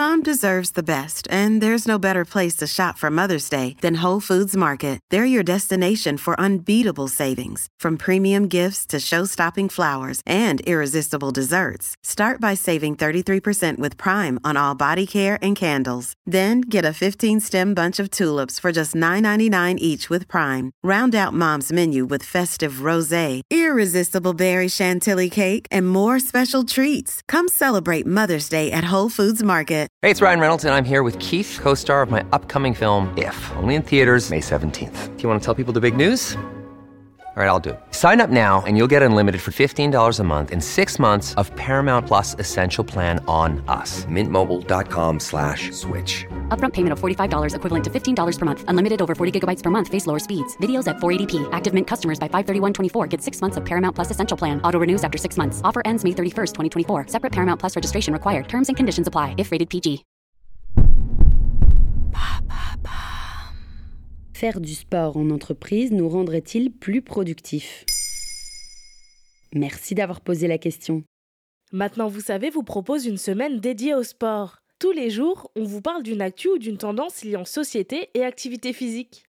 Mom deserves the best, and there's no better place to shop for Mother's Day than Whole Foods Market. They're your destination for unbeatable savings, from premium gifts to show-stopping flowers and irresistible desserts. Start by saving 33% with Prime on all body care and candles. Then get a 15-stem bunch of tulips for just $9.99 each with Prime. Round out Mom's menu with festive rosé, irresistible berry chantilly cake, and more special treats. Come celebrate Mother's Day at Whole Foods Market. Hey, it's Ryan Reynolds, and I'm here with Keith, co-star of my upcoming film, If, only in theaters May 17th. Do you want to tell people the big news? All right, I'll do it. Sign up now and you'll get unlimited for $15 a month and 6 months of Paramount Plus Essential Plan on us. MintMobile.com/switch. Upfront payment of $45 equivalent to $15 per month. Unlimited over 40 gigabytes per month. Face lower speeds. Videos at 480p. Active Mint customers by 531.24 get 6 months of Paramount Plus Essential Plan. Auto renews after 6 months. Offer ends May 31st, 2024. Separate Paramount Plus registration required. Terms and conditions apply if rated PG. Faire du sport en entreprise nous rendrait-il plus productifs ? Merci d'avoir posé la question. Maintenant vous savez vous propose une semaine dédiée au sport. Tous les jours, on vous parle d'une actu ou d'une tendance liant société et activité physique.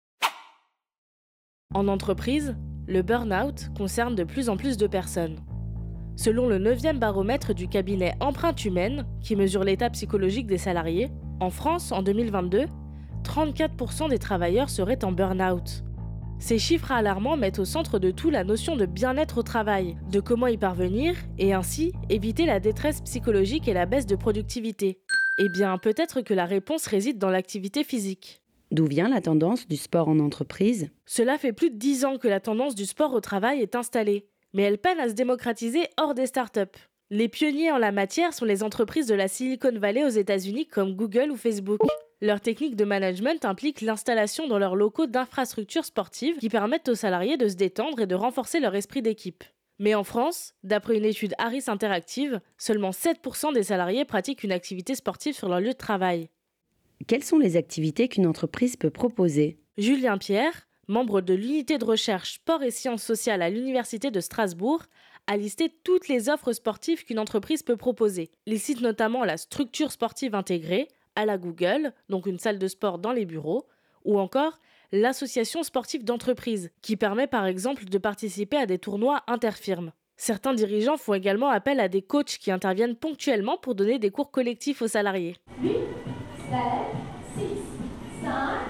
En entreprise, le burn-out concerne de plus en plus de personnes. Selon le 9e baromètre du cabinet Empreinte Humaine, qui mesure l'état psychologique des salariés, en France, en 2022, 34% des travailleurs seraient en burn-out. Ces chiffres alarmants mettent au centre de tout la notion de bien-être au travail, de comment y parvenir et ainsi éviter la détresse psychologique et la baisse de productivité. Eh bien, peut-être que la réponse réside dans l'activité physique. D'où vient la tendance du sport en entreprise ? Cela fait plus de 10 ans que la tendance du sport au travail est installée, mais elle peine à se démocratiser hors des startups. Les pionniers en la matière sont les entreprises de la Silicon Valley aux États-Unis comme Google ou Facebook. Leur technique de management implique l'installation dans leurs locaux d'infrastructures sportives qui permettent aux salariés de se détendre et de renforcer leur esprit d'équipe. Mais en France, d'après une étude Harris Interactive, seulement 7% des salariés pratiquent une activité sportive sur leur lieu de travail. Quelles sont les activités qu'une entreprise peut proposer ? Julien Pierre, membre de l'unité de recherche sport et sciences sociales à l'Université de Strasbourg, a listé toutes les offres sportives qu'une entreprise peut proposer. Il cite notamment la structure sportive intégrée, à la Google, donc une salle de sport dans les bureaux, ou encore l'association sportive d'entreprise, qui permet par exemple de participer à des tournois interfirmes. Certains dirigeants font également appel à des coachs qui interviennent ponctuellement pour donner des cours collectifs aux salariés. 8, 7, 6, 5...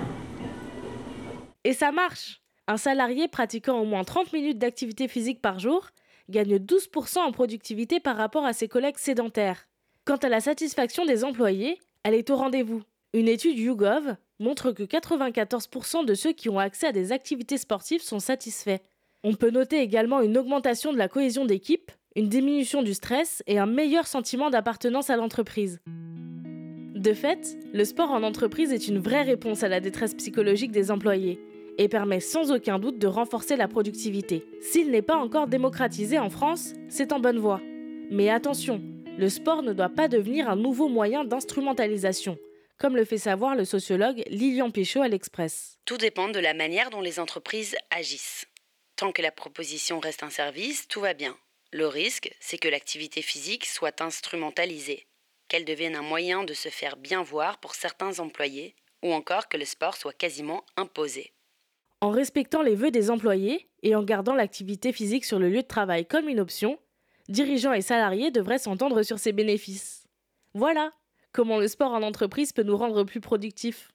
Et ça marche ! Un salarié pratiquant au moins 30 minutes d'activité physique par jour gagne 12% en productivité par rapport à ses collègues sédentaires. Quant à la satisfaction des employés, elle est au rendez-vous. Une étude YouGov montre que 94% de ceux qui ont accès à des activités sportives sont satisfaits. On peut noter également une augmentation de la cohésion d'équipe, une diminution du stress et un meilleur sentiment d'appartenance à l'entreprise. De fait, le sport en entreprise est une vraie réponse à la détresse psychologique des employés et permet sans aucun doute de renforcer la productivité. S'il n'est pas encore démocratisé en France, c'est en bonne voie. Mais attention, le sport ne doit pas devenir un nouveau moyen d'instrumentalisation, comme le fait savoir le sociologue Lilian Pichot à l'Express. Tout dépend de la manière dont les entreprises agissent. Tant que la proposition reste un service, tout va bien. Le risque, c'est que l'activité physique soit instrumentalisée, qu'elle devienne un moyen de se faire bien voir pour certains employés, ou encore que le sport soit quasiment imposé. En respectant les vœux des employés et en gardant l'activité physique sur le lieu de travail comme une option, dirigeants et salariés devraient s'entendre sur ses bénéfices. Voilà comment le sport en entreprise peut nous rendre plus productifs.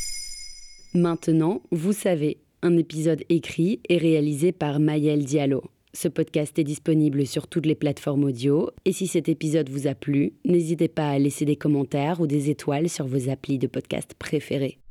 Maintenant, vous savez, un épisode écrit et réalisé par Maëlle Diallo. Ce podcast est disponible sur toutes les plateformes audio. Et si cet épisode vous a plu, n'hésitez pas à laisser des commentaires ou des étoiles sur vos applis de podcast préférés.